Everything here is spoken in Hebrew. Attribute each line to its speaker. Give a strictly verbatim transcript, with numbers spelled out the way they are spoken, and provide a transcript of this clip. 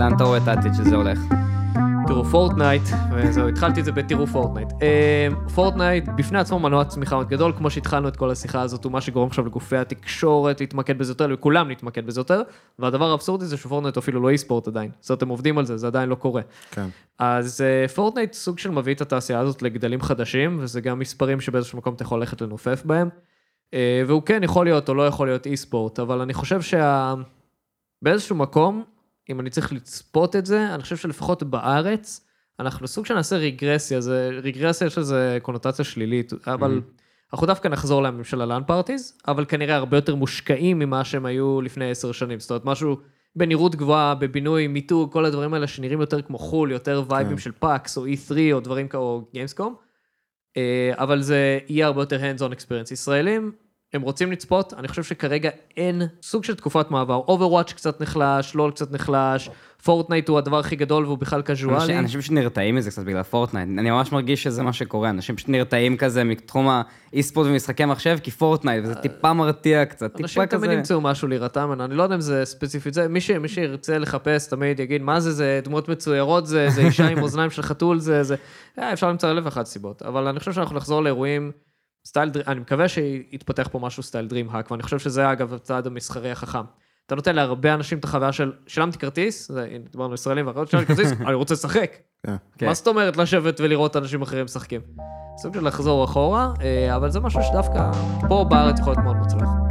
Speaker 1: לאן אתה רואה את העתיד שזה הולך?
Speaker 2: תראו פורטנייט, וזהו, התחלתי את זה בתראו פורטנייט. פורטנייט בפני עצמו מנוע צמיחה מאוד גדול, כמו שהתחלנו את כל השיחה הזאת, הוא מה שגורם עכשיו לגופי התקשורת להתמקד בזה יותר, וכולם להתמקד בזה יותר, והדבר האבסורדי זה שפורטנייט אפילו לא אי-ספורט עדיין. זאת אומרת, הם עובדים על זה, זה עדיין לא קורה.
Speaker 3: כן.
Speaker 2: אז פורטנייט סוג של מביא את התעשייה הזאת לגדלים חדשים, וזה גם מספרים שבאיזשהו מקום אתה יכול ללכת לנופף בהם, והוא כן יכול להיות או לא יכול להיות אי-ספורט, אבל אני חושב שבאיזשהו מקום, אם אני צריך לצפות את זה, אני חושב שלפחות בארץ, אנחנו סוג שנעשה רגרסיה, זה, רגרסיה יש לזה קונוטציה שלילית, אבל אנחנו דווקא נחזור לממשל הלאן פארטיז, אבל כנראה הרבה יותר מושקעים ממה שהם היו לפני עשר שנים, זאת אומרת, משהו בנראות גבוהה, בבינוי, מיתוג, כל הדברים האלה שנראים יותר כמו חול, יותר וייבים של פאקס, או אי תרי, או דברים כמו גיימסקום, אבל זה יהיה הרבה יותר hands-on experience. ישראלים, הם רוצים לצפות, אני חושב שכרגע אין סוג של תקופת מעבר, Overwatch קצת נחלש, לול קצת נחלש, פורטנייט הוא הדבר הכי גדול והוא בכלל קזואלי.
Speaker 1: אנשים שנרתעים מזה קצת בגלל פורטנייט, אני ממש מרגיש שזה מה שקורה, אנשים שנרתעים כזה מתחום האי-ספורט ומשחקי מחשב, כי פורטנייט, וזה טיפה מרתיע קצת, טיפה כזה.
Speaker 2: אנשים תמיד ימצאו משהו להירתע ממנו, אני לא יודע אם זה ספציפית, זה, מי שירצה לחפש תמיד יגיד, מה זה, זה דמות מצוירות, זה, זה אישה עם אוזניים של חתול, זה, זה, אפשר למצוא אלף ואחת סיבות, אבל אני חושב שאנחנו נחזור לאירועים סטייל, אני מקווה שיתפתח פה משהו סטייל דרים האק, ואני חושב שזה אגב הצעד המסחרי החכם. אתה נותן להרבה אנשים את החוויה של, שילמתי כרטיס, דיברנו ישראלים, ואחרי שילמתי כרטיס, אני רוצה לשחק. מה זאת אומרת לשבת ולראות אנשים אחרים משחקים? סוג של לחזור אחורה, אבל זה משהו שדווקא פה בארץ יכול להיות מאוד מוצלח.